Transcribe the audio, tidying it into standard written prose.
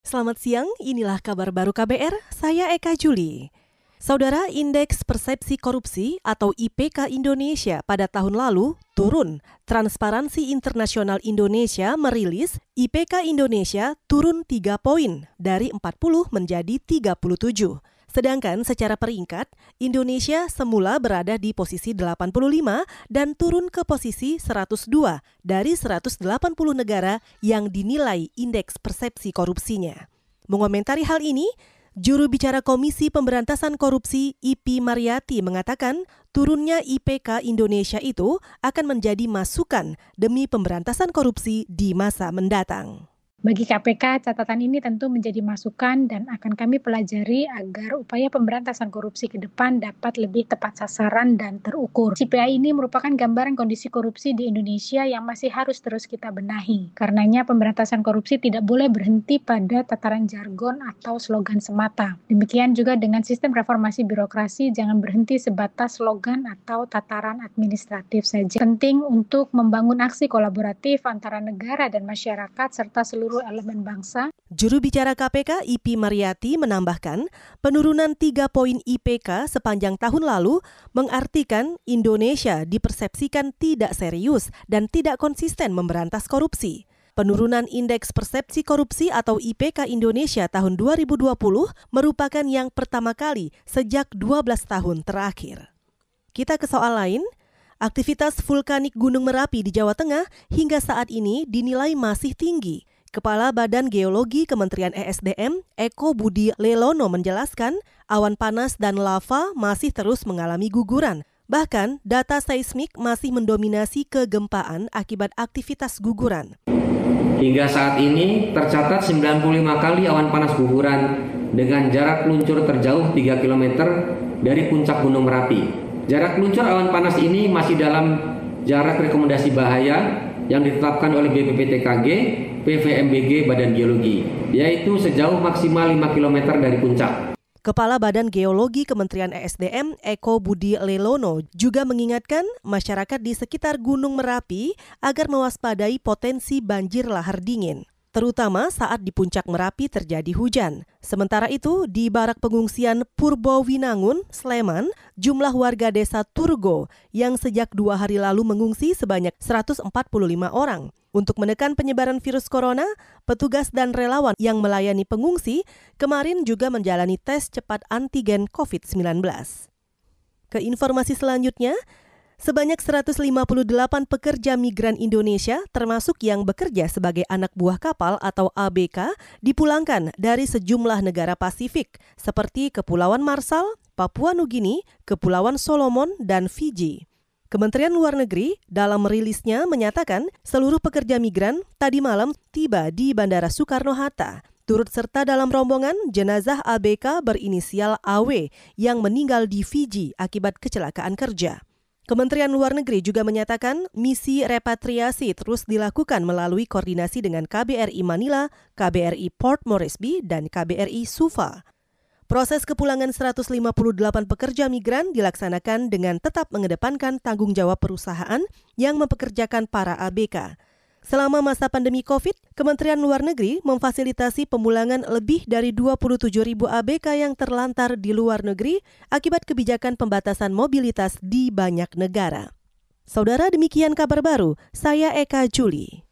Selamat siang, inilah kabar baru KBR, saya Eka Juli. Saudara, Indeks Persepsi Korupsi atau IPK Indonesia pada tahun lalu turun. Transparansi Internasional Indonesia merilis IPK Indonesia turun 3 poin dari 40 menjadi 37. Sedangkan secara peringkat, Indonesia semula berada di posisi 85 dan turun ke posisi 102 dari 180 negara yang dinilai indeks persepsi korupsinya. Mengomentari hal ini, juru bicara Komisi Pemberantasan Korupsi IP Mariati mengatakan turunnya IPK Indonesia itu akan menjadi masukan demi pemberantasan korupsi di masa mendatang. Bagi KPK, catatan ini tentu menjadi masukan dan akan kami pelajari agar upaya pemberantasan korupsi ke depan dapat lebih tepat sasaran dan terukur. CPI ini merupakan gambaran kondisi korupsi di Indonesia yang masih harus terus kita benahi. Karenanya pemberantasan korupsi tidak boleh berhenti pada tataran jargon atau slogan semata. Demikian juga dengan sistem reformasi birokrasi, jangan berhenti sebatas slogan atau tataran administratif saja. Penting untuk membangun aksi kolaboratif antara negara dan masyarakat serta seluruh elemen bangsa. Juru bicara KPK IP Mariati menambahkan, penurunan 3 poin IPK sepanjang tahun lalu mengartikan Indonesia dipersepsikan tidak serius dan tidak konsisten memberantas korupsi. Penurunan Indeks Persepsi Korupsi atau IPK Indonesia tahun 2020 merupakan yang pertama kali sejak 12 tahun terakhir. Kita ke soal lain. Aktivitas vulkanik Gunung Merapi di Jawa Tengah hingga saat ini dinilai masih tinggi. Kepala Badan Geologi Kementerian ESDM, Eko Budi Lelono menjelaskan, awan panas dan lava masih terus mengalami guguran. Bahkan, data seismik masih mendominasi kegempaan akibat aktivitas guguran. Hingga saat ini tercatat 95 kali awan panas guguran dengan jarak luncur terjauh 3 km dari puncak Gunung Merapi. Jarak luncur awan panas ini masih dalam jarak rekomendasi bahaya yang ditetapkan oleh BPPTKG, PVMBG, Badan Geologi, yaitu sejauh maksimal 5 km dari puncak. Kepala Badan Geologi Kementerian ESDM, Eko Budi Lelono, juga mengingatkan masyarakat di sekitar Gunung Merapi agar mewaspadai potensi banjir lahar dingin, terutama saat di puncak Merapi terjadi hujan. Sementara itu, di barak pengungsian Purbowinangun, Sleman, jumlah warga desa Turgo yang sejak 2 hari lalu mengungsi sebanyak 145 orang. Untuk menekan penyebaran virus corona, petugas dan relawan yang melayani pengungsi kemarin juga menjalani tes cepat antigen COVID-19. Ke informasi selanjutnya, sebanyak 158 pekerja migran Indonesia, termasuk yang bekerja sebagai anak buah kapal atau ABK, dipulangkan dari sejumlah negara Pasifik, seperti Kepulauan Marshall, Papua Nugini, Kepulauan Solomon, dan Fiji. Kementerian Luar Negeri dalam rilisnya menyatakan seluruh pekerja migran tadi malam tiba di Bandara Soekarno-Hatta. Turut serta dalam rombongan jenazah ABK berinisial AW yang meninggal di Fiji akibat kecelakaan kerja. Kementerian Luar Negeri juga menyatakan misi repatriasi terus dilakukan melalui koordinasi dengan KBRI Manila, KBRI Port Moresby, dan KBRI Suva. Proses kepulangan 158 pekerja migran dilaksanakan dengan tetap mengedepankan tanggung jawab perusahaan yang mempekerjakan para ABK. Selama masa pandemi COVID, Kementerian Luar Negeri memfasilitasi pemulangan lebih dari 27.000 ABK yang terlantar di luar negeri akibat kebijakan pembatasan mobilitas di banyak negara. Saudara, demikian kabar baru, saya Eka Juli.